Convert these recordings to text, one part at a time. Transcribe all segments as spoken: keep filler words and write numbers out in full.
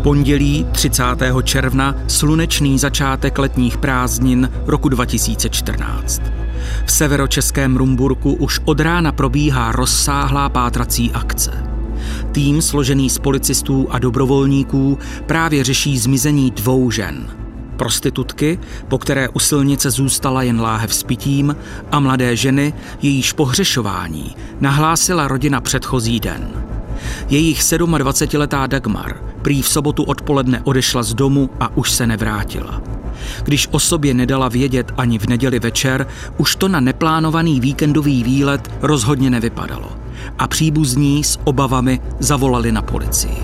Pondělí třicátého června, slunečný začátek letních prázdnin roku dva tisíce čtrnáct. V severočeském Rumburku už od rána probíhá rozsáhlá pátrací akce. Tým složený z policistů a dobrovolníků právě řeší zmizení dvou žen. Prostitutky, po které u silnice zůstala jen láhev s pitím, a mladé ženy, jejíž pohřešování nahlásila rodina předchozí den. Jejich sedmadvacetiletá Dagmar prý v sobotu odpoledne odešla z domu a už se nevrátila. Když o sobě nedala vědět ani v neděli večer, už to na neplánovaný víkendový výlet rozhodně nevypadalo. A příbuzní s obavami zavolali na policii.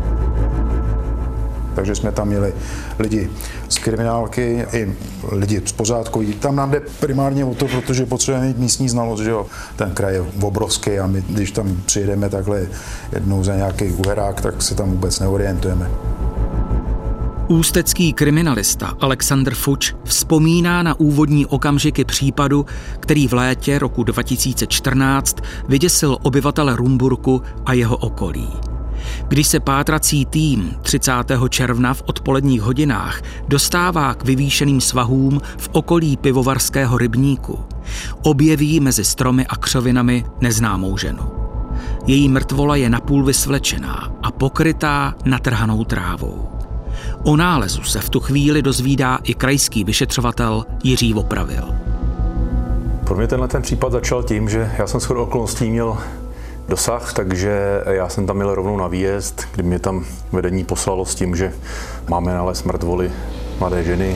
Takže jsme tam měli lidi z kriminálky i lidi z pořádku. Tam nám jde primárně o to, protože potřebujeme mít místní znalost, že jo. Ten kraj je obrovský a my, když tam přijedeme takhle jednou za nějaký uherák, tak se tam vůbec neorientujeme. Ústecký kriminalista Alexandr Fuč vzpomíná na úvodní okamžiky případu, který v létě roku dva tisíce čtrnáct vyděsil obyvatele Rumburku a jeho okolí. Když se pátrací tým třicátého června v odpoledních hodinách dostává k vyvýšeným svahům v okolí pivovarského rybníku, objeví mezi stromy a křovinami neznámou ženu. Její mrtvola je napůl vysvlečená a pokrytá natrhanou trávou. O nálezu se v tu chvíli dozvídá i krajský vyšetřovatel Jiří Vopravil. Pro mě tenhle ten případ začal tím, že já jsem shodou okolností měl dosah, takže já jsem tam měl rovnou na výjezd, kdy mě tam vedení poslalo s tím, že máme nález mrtvoly mladé ženy.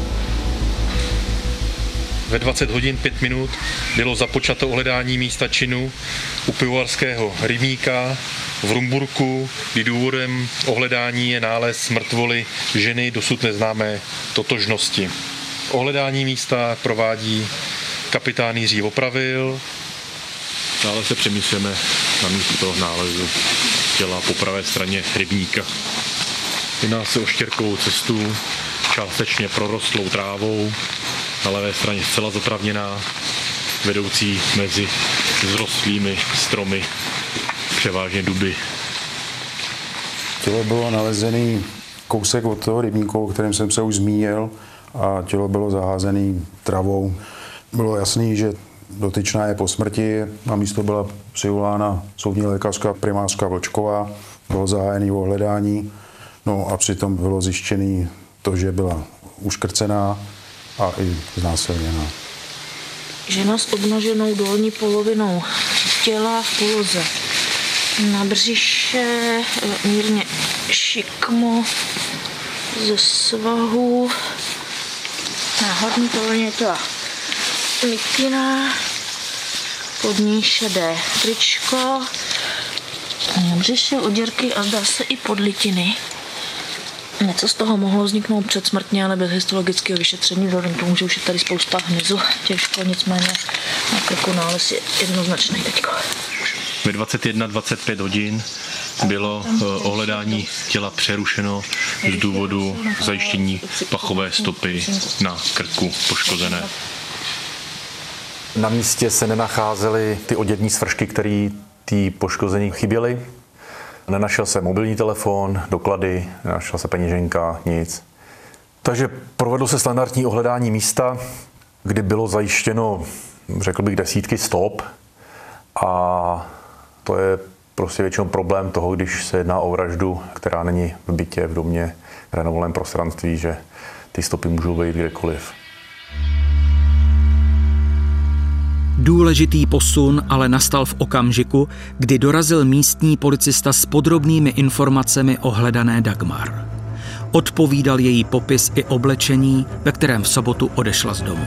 Ve dvacet hodin pět minut bylo započato ohledání místa činu u pivovarského rybníka v Rumburku, kdy důvodem ohledání je nález mrtvoly ženy dosud neznámé totožnosti. Ohledání místa provádí kapitán Jiří Vopravil. Dále se přemístujeme na místo nálezu těla po pravé straně rybníka. Jedná se o štěrkovou cestu, částečně prorostlou trávou, na levé straně zcela zatravněná, vedoucí mezi vzrostlými stromy, převážně duby. Tělo bylo nalezený kousek od toho rybníku, o kterém jsem se už zmínil, a tělo bylo zaházené travou. Bylo jasný, že dotyčná je po smrti, na místo byla přivolána soudní lékařka primářka Vlčková, bylo zahájené ohledání, no a přitom bylo zjištěné to, že byla uškrcená a i znásilněná. Žena s obnaženou dolní polovinou těla v poloze na břiše, mírně šikmo ze svahu, na horní polovině těla mitina, pod ní šedé tričko, na břiše oděrky a zdá se i podlitiny. Něco z toho mohlo vzniknout předsmrtně, ale bez histologického vyšetření, vzhledem k tomu, že už je tady spousta hmyzu. Těžko, nicméně na krku nález je jednoznačný teďko. Ve dvacet jedna dvacet pět hodin bylo ohledání těla přerušeno z důvodu zajištění pachové stopy na krku poškozené. Na místě se nenacházely ty oděvní svršky, které tý poškození chyběly. Nenašel se mobilní telefon, doklady, nenašla se peněženka, nic. Takže provedlo se standardní ohledání místa, kdy bylo zajištěno, řekl bych, desítky stop. A to je prostě většinou problém toho, když se jedná o vraždu, která není v bytě, v domě, které na volném prostranství, že ty stopy můžou být kdekoliv. Důležitý posun ale nastal v okamžiku, kdy dorazil místní policista s podrobnými informacemi o hledané Dagmar. Odpovídal její popis i oblečení, ve kterém v sobotu odešla z domu.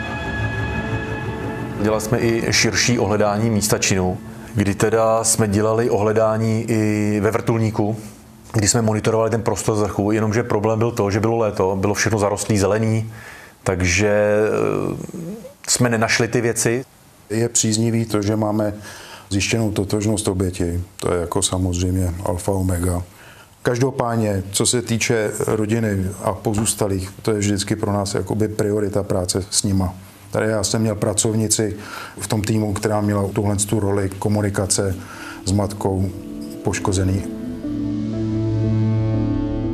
Dělali jsme i širší ohledání místa činu, kdy teda jsme dělali ohledání i ve vrtulníku, kdy jsme monitorovali ten prostor z vrchu, jenomže problém byl to, že bylo léto, bylo všechno zarostlý zelený, takže jsme nenašli ty věci. Je příznivý to, že máme zjištěnou totožnost oběti. To je jako samozřejmě alfa omega. Každopádně, co se týče rodiny a pozůstalých, to je vždycky pro nás jakoby priorita práce s nima. Tady já jsem měl pracovnici v tom týmu, která měla tuhle tu roli komunikace s matkou poškozený.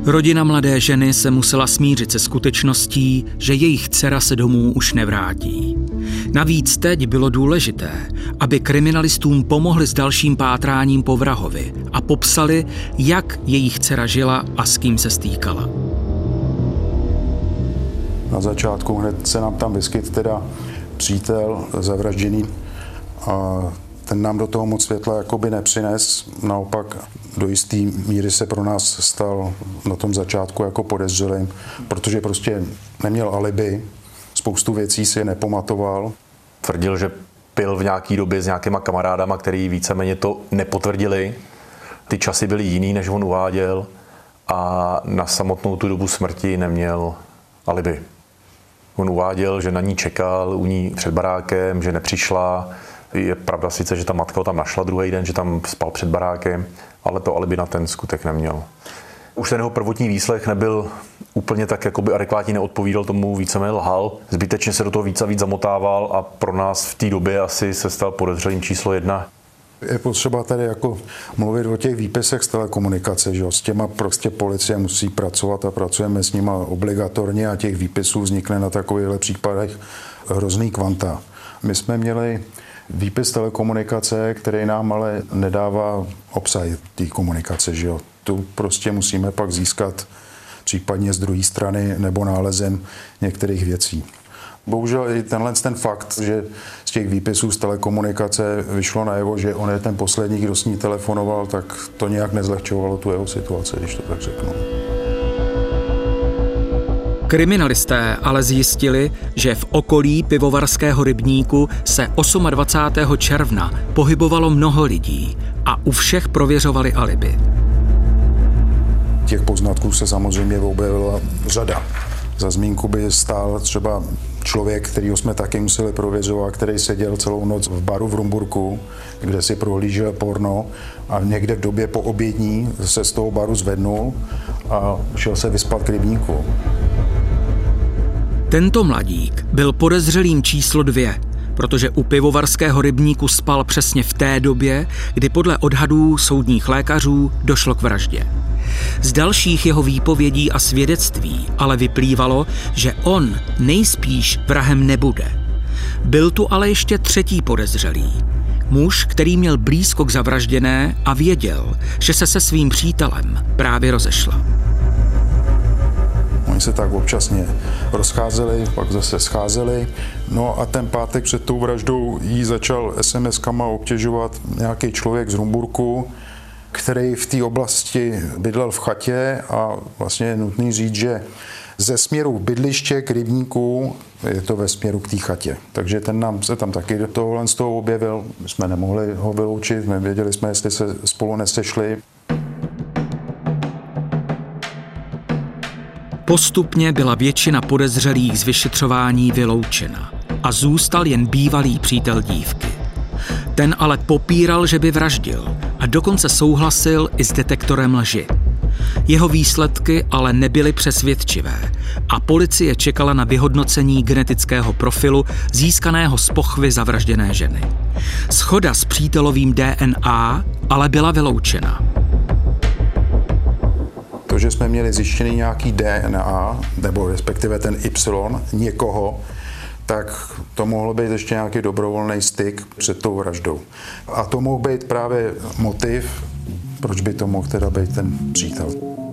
Rodina mladé ženy se musela smířit se skutečností, že jejich dcera se domů už nevrátí. Navíc teď bylo důležité, aby kriminalistům pomohli s dalším pátráním po vrahovi a popsali, jak jejich dcera žila a s kým se stýkala. Na začátku hned se nám tam vyskyt teda přítel zavražděný a ten nám do toho moc světla jakoby nepřines. Naopak do jisté míry se pro nás stal na tom začátku jako podezřelým, protože prostě neměl alibi, spoustu věcí si nepamatoval. Tvrdil, že pil v nějaký době s nějakýma kamarádama, který víceméně to nepotvrdili. Ty časy byly jiný, než on uváděl a na samotnou tu dobu smrti neměl alibi. On uváděl, že na ní čekal u ní před barákem, že nepřišla. Je pravda sice, že ta matka ho tam našla druhý den, že tam spal před barákem, ale to alibi na ten skutek neměl. Už ten jeho prvotní výslech nebyl úplně tak jakoby adekvátně neodpovídal tomu, víceméně lhal. Zbytečně se do toho víc a víc zamotával a pro nás v té době asi se stal podezřelým číslo jedna. Je potřeba tady jako mluvit o těch výpisech z telekomunikace, že s těma prostě policie musí pracovat a pracujeme s nima obligatorně a těch výpisů vznikne na takovýchhle případech hrozný kvanta. My jsme měli výpis telekomunikace, který nám ale nedává obsah té komunikace, že jo. Tu prostě musíme pak získat případně z druhé strany nebo nálezem některých věcí. Bohužel i tenhle ten fakt, že z těch výpisů z telekomunikace vyšlo najevo, že on je ten poslední, kdo s ní telefonoval, tak to nějak nezlehčovalo tu jeho situaci, když to tak řeknu. Kriminalisté ale zjistili, že v okolí pivovarského rybníku se dvacátého osmého června pohybovalo mnoho lidí a u všech prověřovali alibi. Těch poznatků se samozřejmě objevila řada. Za zmínku by stál třeba člověk, kterýho jsme taky museli prověřovat, který seděl celou noc v baru v Rumburku, kde si prohlížel porno a někde v době po obědní se z toho baru zvednul a šel se vyspat k rybníku. Tento mladík byl podezřelým číslo dvě, protože u pivovarského rybníku spal přesně v té době, kdy podle odhadů soudních lékařů došlo k vraždě. Z dalších jeho výpovědí a svědectví ale vyplývalo, že on nejspíš vrahem nebude. Byl tu ale ještě třetí podezřelý. Muž, který měl blízko k zavražděné a věděl, že se se svým přítelem právě rozešla. Oni se tak občasně rozcházeli, pak zase scházeli. No a ten pátek před tou vraždou jí začal es em eskama obtěžovat nějaký člověk z Rumburku, který v té oblasti bydlel v chatě a vlastně je nutný říct, že ze směru bydliště k rybníku je to ve směru k té chatě. Takže ten nám se tam taky do tohohle z toho objevil. My jsme nemohli ho vyloučit, nevěděli jsme, jestli se spolu nesešli. Postupně byla většina podezřelých z vyšetřování vyloučena a zůstal jen bývalý přítel dívky. Ten ale popíral, že by vraždil a dokonce souhlasil i s detektorem lži. Jeho výsledky ale nebyly přesvědčivé a policie čekala na vyhodnocení genetického profilu získaného z pochvy zavražděné ženy. Shoda s přítelovým dé en á ale byla vyloučena. To, že jsme měli zjištěný nějaký dé en á, nebo respektive ten Y někoho, tak to mohlo být ještě nějaký dobrovolný styk před tou vraždou. A to mohl být právě motiv, proč by to mohl teda být ten přítel.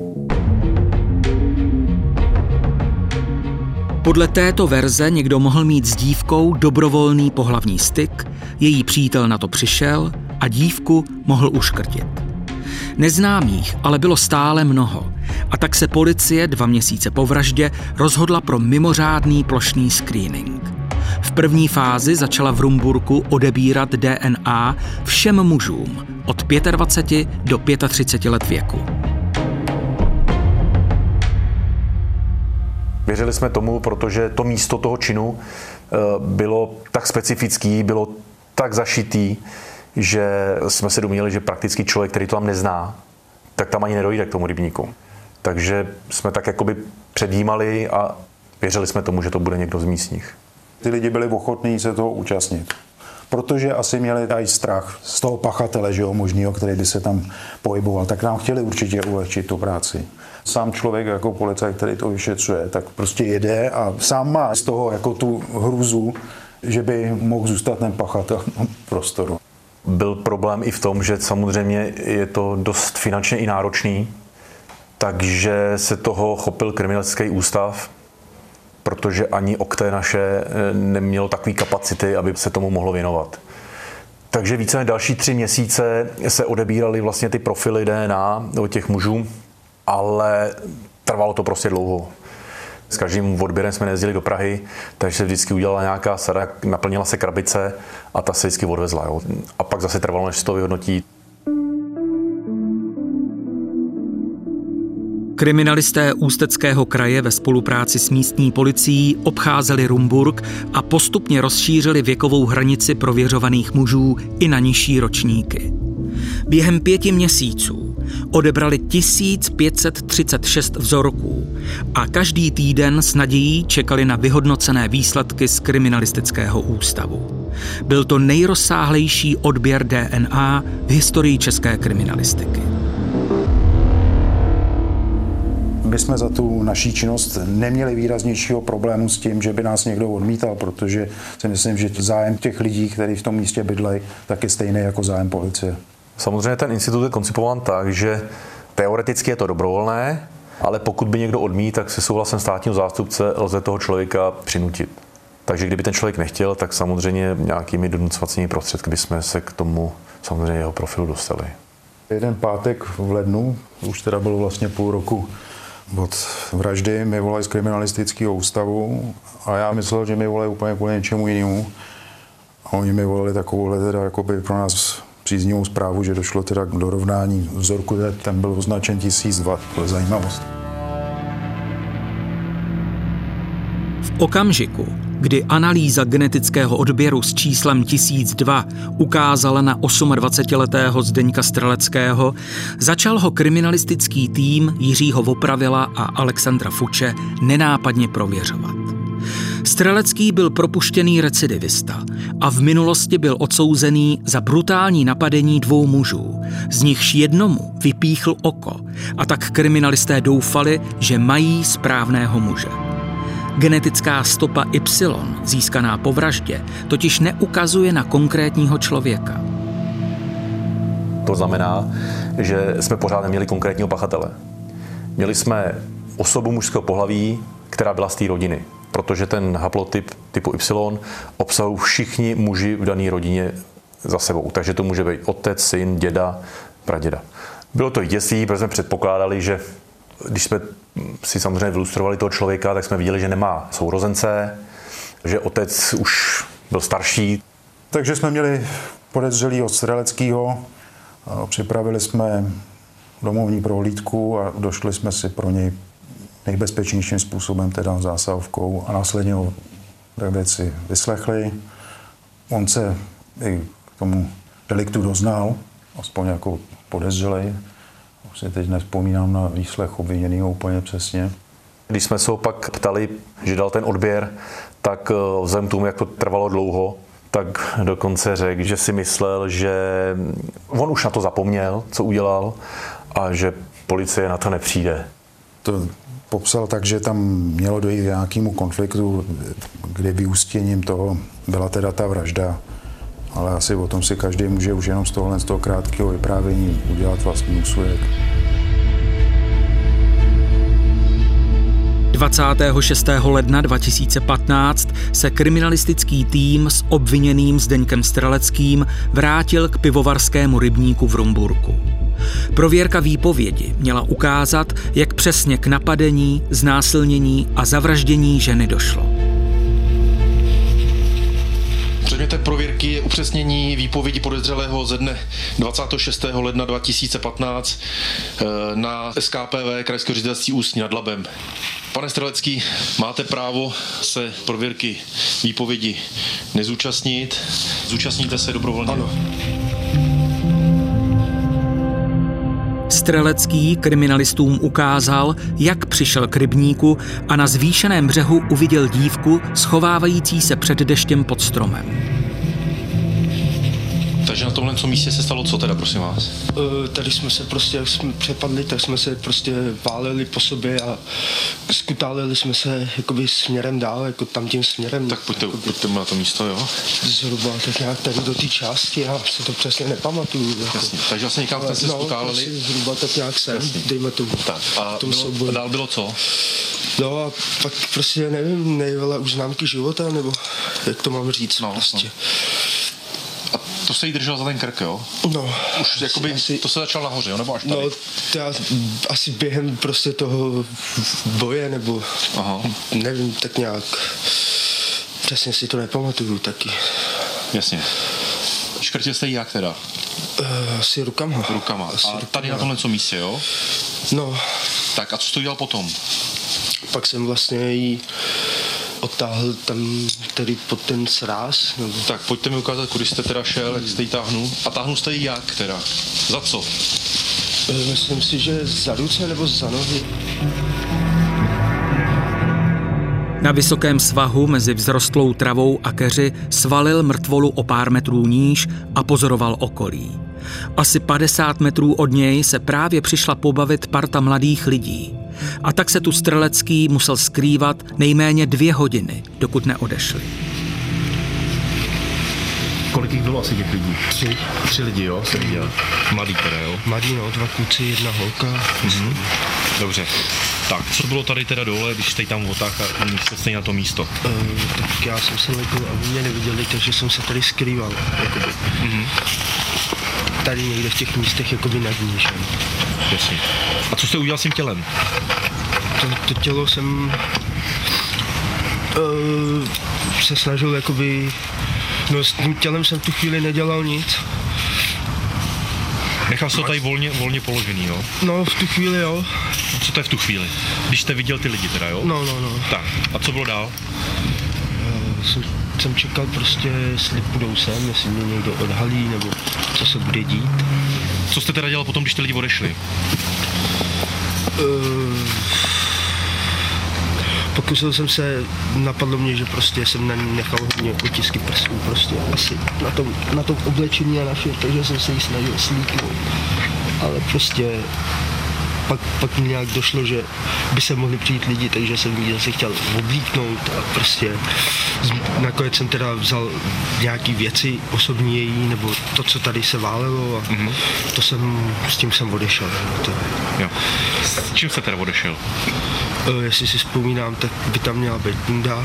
Podle této verze někdo mohl mít s dívkou dobrovolný pohlavní styk, její přítel na to přišel a dívku mohl uškrtit. Neznámých ale bylo stále mnoho a tak se policie dva měsíce po vraždě rozhodla pro mimořádný plošný screening. V první fázi začala v Rumburku odebírat dé en á všem mužům od dvaceti pěti do třiceti pěti let věku. Věřili jsme tomu, protože to místo toho činu bylo tak specifický, bylo tak zašitý, že jsme se domněli, že prakticky člověk, který to tam nezná, tak tam ani nedojde k tomu rybníku. Takže jsme tak jakoby předjímali a věřili jsme tomu, že to bude někdo z místních. Ty lidi byli ochotní se toho účastnit. protože asi měli i strach z toho pachatele, že jo, možného, který by se tam pohyboval, tak nám chtěli určitě ulehčit tu práci. Sám člověk jako policajt, který to vyšetřuje, tak prostě jede a sám má z toho jako tu hrůzu, že by mohl zůstat ten pachatel v prostoru. Byl problém i v tom, že samozřejmě je to dost finančně i náročný, takže se toho chopil kriminalistický ústav, protože ani O K T naše nemělo takové kapacity, aby se tomu mohlo věnovat. Takže více než další tři měsíce se odebíraly vlastně ty profily D N A od těch mužů, ale trvalo to prostě dlouho. S každým odběrem jsme nejezdili do Prahy, takže se vždycky udělala nějaká sada, naplnila se krabice a ta se vždycky odvezla. Jo. A pak zase trvalo, než se to vyhodnotí. Kriminalisté Ústeckého kraje ve spolupráci s místní policií obcházeli Rumburk a postupně rozšířili věkovou hranici prověřovaných mužů i na nižší ročníky. Během pěti měsíců odebrali tisíc pět set třicet šest vzorků a každý týden s nadějí čekali na vyhodnocené výsledky z kriminalistického ústavu. Byl to nejrozsáhlejší odběr D N A v historii české kriminalistiky. My jsme za tu naší činnost neměli výraznějšího problému s tím, že by nás někdo odmítal, protože si myslím, že zájem těch lidí, kteří v tom místě bydlejí, tak je stejný jako zájem policie. Samozřejmě ten institut je koncipován tak, že teoreticky je to dobrovolné, ale pokud by někdo odmít, tak se souhlasem státního zástupce lze toho člověka přinutit. Takže kdyby ten člověk nechtěl, tak samozřejmě nějakými donucovacími prostředky bychom se k tomu samozřejmě jeho profilu dostali. Jeden pátek v lednu, už teda bylo vlastně půl roku od vraždy, mi volají z kriminalistického ústavu a já myslel, že mi volají úplně kvůli něčemu jinému. A oni mi volali takovouhle teda jakoby pro nás příznivou zprávu, že došlo teda k dorovnání vzorku, ten byl označen tisíc dva, to je zajímavost. V okamžiku, kdy analýza genetického odběru s číslem tisíc dva ukázala na dvacetiosmiletého Zdeňka Streleckého, začal ho kriminalistický tým Jiřího Vopravila a Alexandra Fuče nenápadně prověřovat. Strelecký byl propuštěný recidivista a v minulosti byl odsouzený za brutální napadení dvou mužů, z nichž jednomu vypíchl oko a tak kriminalisté doufali, že mají správného muže. Genetická stopa Y, získaná po vraždě, totiž neukazuje na konkrétního člověka. To znamená, že jsme pořád neměli konkrétního pachatele. Měli jsme osobu mužského pohlaví, která byla z té rodiny, protože ten haplotyp typu Y obsahují všichni muži v dané rodině za sebou. Takže to může být otec, syn, děda, praděda. Bylo to i děsí, protože jsme předpokládali, že když jsme si samozřejmě vylustrovali toho člověka, tak jsme viděli, že nemá sourozence, že otec už byl starší. Takže jsme měli podezřelý od Streleckého, připravili jsme domovní prohlídku a došli jsme si pro něj nejbezpečnějším způsobem, teda zásahovkou, a následně ho tak věci vyslechli. On se i k tomu deliktu doznal, aspoň jako podezřelej. Už si teď nevzpomínám na výslech obviněného úplně přesně. Když jsme se ho pak ptali, že dal ten odběr, tak vzhledem k tomu, jak to trvalo dlouho, tak dokonce řekl, že si myslel, že on už na to zapomněl, co udělal, a že policie na to nepřijde. To popsal tak, že tam mělo dojít k nějakému konfliktu, kde vyústěním toho byla teda ta vražda. Ale asi o tom si každý může už jenom z tohohle z toho krátkého vyprávění udělat vlastní úsudek. dvacátého šestého ledna dva tisíce patnáct se kriminalistický tým s obviněným Zdeňkem Streleckým vrátil k pivovarskému rybníku v Rumburku. Prověrka výpovědi měla ukázat, jak přesně k napadení, znásilnění a zavraždění ženy došlo. Předmětem prověrky je upřesnění výpovědi podezřelého ze dne dvacátého šestého ledna dva tisíce patnáct na S K P V Krajského ředitelství Ústí nad Labem. Pane Strelecký, máte právo se prověrky výpovědi nezúčastnit. Zúčastníte se dobrovolně? Ano. Strelecký kriminalistům ukázal, jak přišel k rybníku a na zvýšeném břehu uviděl dívku schovávající se před deštěm pod stromem. Takže na tomhle co místě se stalo co teda, prosím vás? Uh, tady jsme se prostě, jak jsme přepadli, tak jsme se prostě váleli po sobě a skutáleli jsme se jakoby směrem dál, jako tam tím směrem. Tak pojďte, jakoby, pojďte na to místo, jo? Zhruba tak nějak tady do té části, já si to přesně nepamatuju. Jako. Jasně, takže vlastně někam jste se no, skutáleli? Zhruba tak nějak sem, Jasně. dejme tomu. Tak a, bylo, a dál bylo co? No a pak prostě nevím, nejvele už známky života, nebo jak to mám říct, no, prostě. No. A to se jí držel za ten krk, jo? No. Už jakoby, asi, to se začalo nahoře, jo? Nebo až tady? No, já asi během prostě toho boje, nebo Aha. nevím, tak nějak, přesně si to nepamatuju taky. Jasně. Škrtil jste jí jak teda? Uh, asi rukama. Rukama. Asi a rukama. tady na tomhle co místě, jo? No. Tak a co jsi to dělal potom? Pak jsem vlastně jí odtáhl tam tady pod ten sráz. Nebo... Tak pojďte mi ukázat, kudy jste teda šel, jak jste jí táhnul. A táhnul jste jí jak teda? Za co? Uh, myslím si, že za ruce nebo za nohy. Na vysokém svahu mezi vzrostlou travou a keři svalil mrtvolu o pár metrů níž a pozoroval okolí. Asi padesát metrů od něj se právě přišla pobavit parta mladých lidí. A tak se tu Strelecký musel skrývat nejméně dvě hodiny, dokud neodešli. Kolik jich bylo asi těch lidí? Tři. Tři lidi, jo? Jsi viděl. Mladý teda, jo? Mladý, no, dva kluci, jedna holka. Mm-hmm. Dobře. Tak, co bylo tady teda dole, když jste tam otáh a jste stejně na to místo? Uh, tak já jsem se lekl a mě neviděli, takže jsem se tady skrýval. Jakoby. Mm-hmm. Tady někde v těch místech jakoby nad ní, že? Jasně. A co jste udělal s tím tělem? To, to tělo jsem uh, se snažil jakoby, no s tím tělem jsem tu chvíli nedělal nic. Nechal jsi to tady volně, volně položený, jo? No v tu chvíli jo. A co to je v tu chvíli? Když jste viděl ty lidi teda, jo? No, no, no. Tak, a co bylo dál? Uh, jsem, jsem čekal prostě, jestli půjdou sem, jestli mě někdo odhalí, nebo co se bude dít. Co jste teda dělal potom, když ty lidi odešli? Uh, pokusil jsem se, napadlo mě, že prostě jsem na ní nechal hodně otisky prstů, prostě asi na tom, na tom oblečení a na vše, takže jsem se jí snažil slíknout. Ale prostě pak, pak mi nějak došlo, že by se mohli přijít lidi, takže jsem jí zase chtěl oblíknout a prostě nakonec jsem teda vzal nějaký věci osobní její, nebo to, co tady se válelo a mm-hmm. to jsem, s tím jsem odešel. To... Jo. S čím jste teda odešel? Uh, jestli si vzpomínám, tak by tam měla být bunda,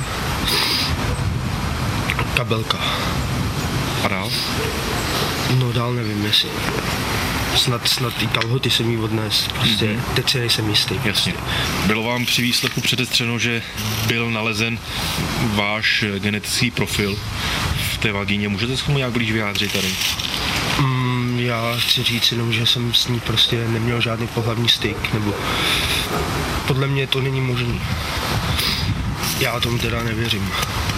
kabelka. A dál? No dál nevím, jestli. Snad, snad i kalhoty jsem jí odnes, prostě mm-hmm. teď si nejsem jistý. Jasně. Bylo vám při výslechu předestřeno, že byl nalezen váš genetický profil v té vagíně. Můžete se tomu nějak blíž vyjádřit tady? Mm, já chci říct jenom, že jsem s ní prostě neměl žádný pohlavní styk, nebo podle mě to není možný. Já tomu teda nevěřím.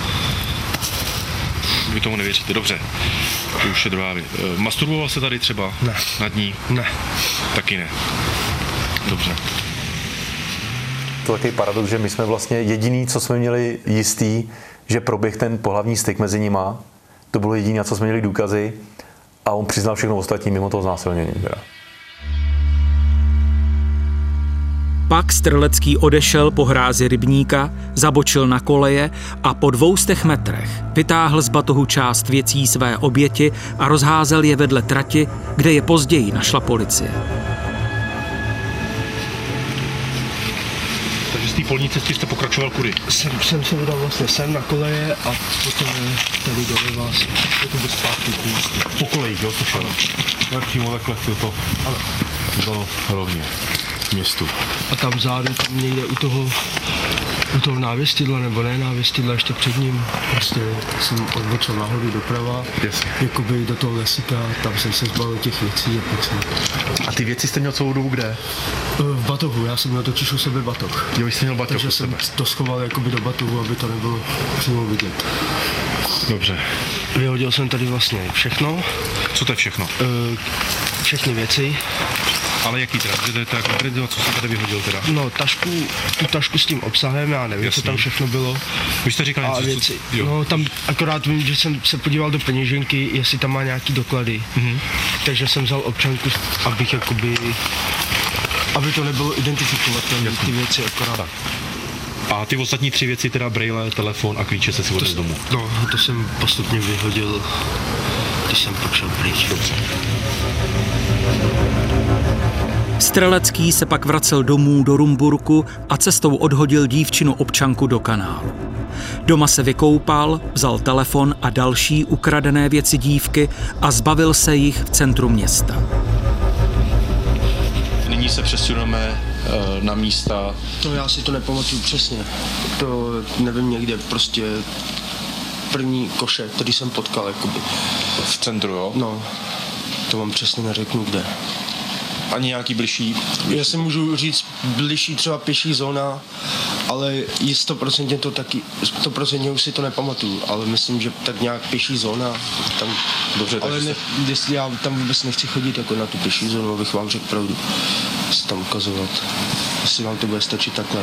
Vy tomu nevěříte, dobře. To už je druhá věc. Masturboval se tady třeba? Ne. Nad ní? Ne. Taky ne. Dobře. To je takový paradox, že my jsme vlastně jediný, co jsme měli jistý, že proběh ten pohlavní styk mezi nima. To bylo jediné, co jsme měli důkazy a on přiznal všechno ostatní mimo toho znásilnění. Teda. Pak Strelecký odešel po hrázi rybníka, zabočil na koleje a po dvoustech metrech vytáhl z batohu část věcí své oběti a rozházel je vedle trati, kde je později našla policie. Takže z té polní cesty jste pokračoval kudy? Jsem, jsem se vydal vlastně sem na koleje a potom tady dole vás, potom bez zpátky. Po kolejích, jo, to šel? Já přímo takhle chci to dalo rovně městu. A tam vzadu, tam někde u toho, u toho návěstidla, nebo ne návěstidla, ještě před ním, prostě jsem odbočil nahoru doprava, yes. jakoby do toho lesíka, tam jsem se zbavil těch věcí a pak jsem... A ty věci jste měl celou dobu kde? V batohu, já jsem měl totiž u sebe batoh. Jo, jste měl batoh Takže jsem to schoval jakoby do batohu, aby to nebylo přímo vidět. Dobře. Vyhodil jsem tady vlastně všechno. Co to je všechno? Všechny věci. Ale jaký teda? Můžete teda konkretizovat, co se tady vyhodil teda? No, tašku, tu tašku s tím obsahem, já nevím, Jasný. co tam všechno bylo. Vy jste říkal něco, věci, co, jo. No, tam akorát vím, že jsem se podíval do peněženky, jestli tam má nějaký doklady. Mm-hmm. Takže jsem vzal občanku, abych jakoby, aby to nebylo identifikovatelné, ty věci akorát. Tak. A ty ostatní tři věci, teda brejle, telefon a klíče, se si odnesl domů? No, to jsem postupně vyhodil, když jsem pak šel pryč. Dobře. Střelecký se pak vracel domů do Rumburku a cestou odhodil dívčinu občanku do kanálu. Doma se vykoupal, vzal telefon a další ukradené věci dívky a zbavil se jich v centru města. Nyní se přesuneme na místa. To já si to nepamatuju přesně. To nevím, někde prostě první koše, který jsem potkal, jakoby. V centru, jo? No, to vám přesně neřeknu, kde. Ani nějaký bližší? Já si můžu říct bližší třeba pěší zóna, ale je stoprocentně to taky, stoprocentně už si to nepamatuju, ale myslím, že tak nějak pěší zóna tam. Dobře, ale ne, se... já tam vůbec nechci chodit jako na tu pěší zónu, abych vám řekl pravdu. Se tam ukazovat, jestli vám to bude stačit takhle.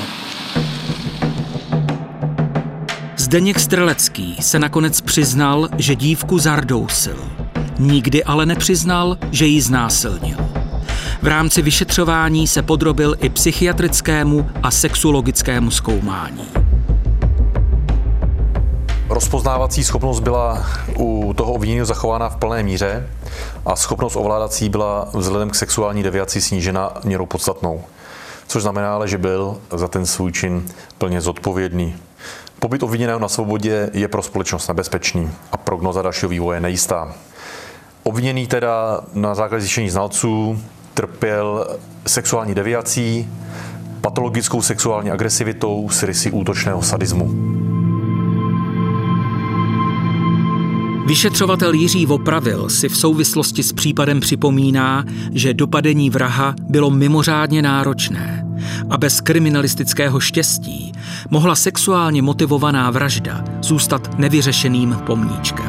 Zdeněk Střelecký se nakonec přiznal, že dívku zardousil. Nikdy ale nepřiznal, že ji znásilnil. V rámci vyšetřování se podrobil i psychiatrickému a sexuologickému zkoumání. Rozpoznávací schopnost byla u toho obviněného zachována v plné míře a schopnost ovládací byla vzhledem k sexuální deviaci snížena měrou podstatnou. Což znamená ale, že byl za ten svůj čin plně zodpovědný. Pobyt obviněného na svobodě je pro společnost nebezpečný a prognoza dalšího vývoje nejistá. Obviněný teda na základě zjištění znalců trpěl sexuální deviací, patologickou sexuální agresivitou s rysy útočného sadismu. Vyšetřovatel Jiří Vopravil si v souvislosti s případem připomíná, že dopadení vraha bylo mimořádně náročné a bez kriminalistického štěstí mohla sexuálně motivovaná vražda zůstat nevyřešeným pomníčkem.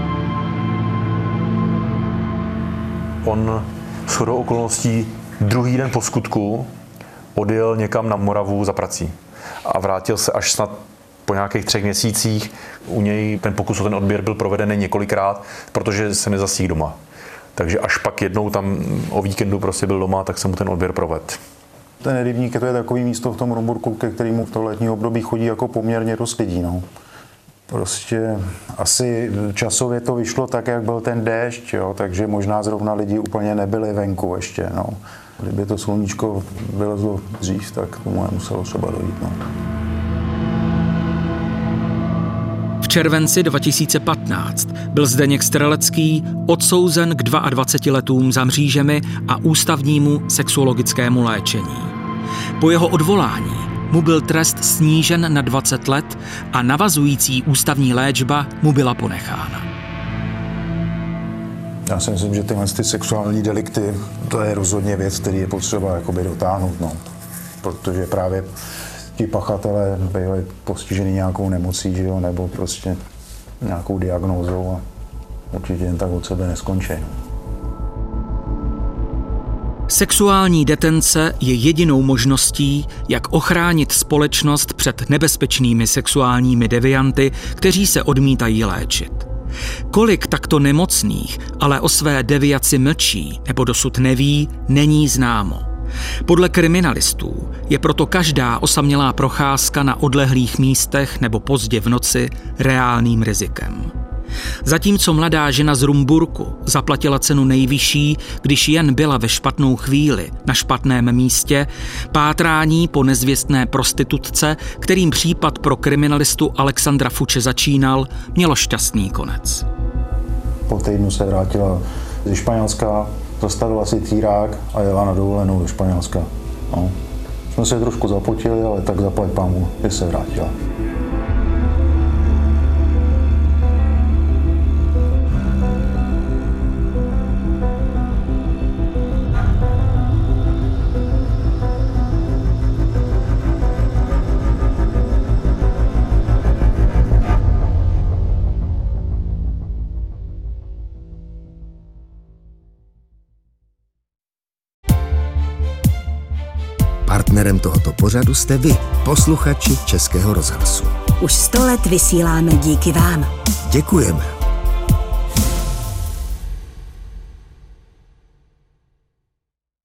On shodou okolností druhý den po skutku odjel někam na Moravu za prací a vrátil se až snad po nějakých třech měsících. U něj ten pokus o ten odběr byl provedený několikrát, protože se nezasíhl doma. Takže až pak jednou tam o víkendu prostě byl doma, tak se mu ten odběr provedl. Ten rybník, to je takový místo v tom Rumburku, ke kterému v tom letním období chodí jako poměrně dost lidí. No. Prostě asi časově to vyšlo tak, jak byl ten déšť, jo, takže možná zrovna lidi úplně nebyli venku ještě. No. Kdyby to sluníčko vylezlo dřív, tak tomu nemuselo třeba dojít. No. V červenci dva tisíce patnáct byl Zdeněk Střelecký odsouzen k dvaceti dvěma letům za mřížemi a ústavnímu sexuologickému léčení. Po jeho odvolání mu byl trest snížen na dvacet let a navazující ústavní léčba mu byla ponechána. Já si myslím, že tyhle ty sexuální delikty, to je rozhodně věc, který je potřeba jakoby dotáhnout, no. Protože právě ti pachatelé byli postiženi nějakou nemocí, že jo, nebo prostě nějakou diagnózou a určitě jen tak od sebe neskončí. Sexuální detence je jedinou možností, jak ochránit společnost před nebezpečnými sexuálními devianty, kteří se odmítají léčit. Kolik takto nemocných ale o své deviaci mlčí nebo dosud neví, není známo. Podle kriminalistů je proto každá osamělá procházka na odlehlých místech nebo pozdě v noci reálným rizikem. Zatímco mladá žena z Rumburku zaplatila cenu nejvyšší, když jen byla ve špatnou chvíli na špatném místě, pátrání po nezvěstné prostitutce, kterým případ pro kriminalistu Alexandra Fuče začínal, mělo šťastný konec. Po týdnu se vrátila ze Španělska, zastavila si týrák a jela na dovolenou do Španělska. No. Jsme se trošku zapotili, ale tak zaplať pámu, že se vrátila. Partnerem tohoto pořadu jste vy, posluchači Českého rozhlasu. Už sto let vysíláme díky vám. Děkujeme.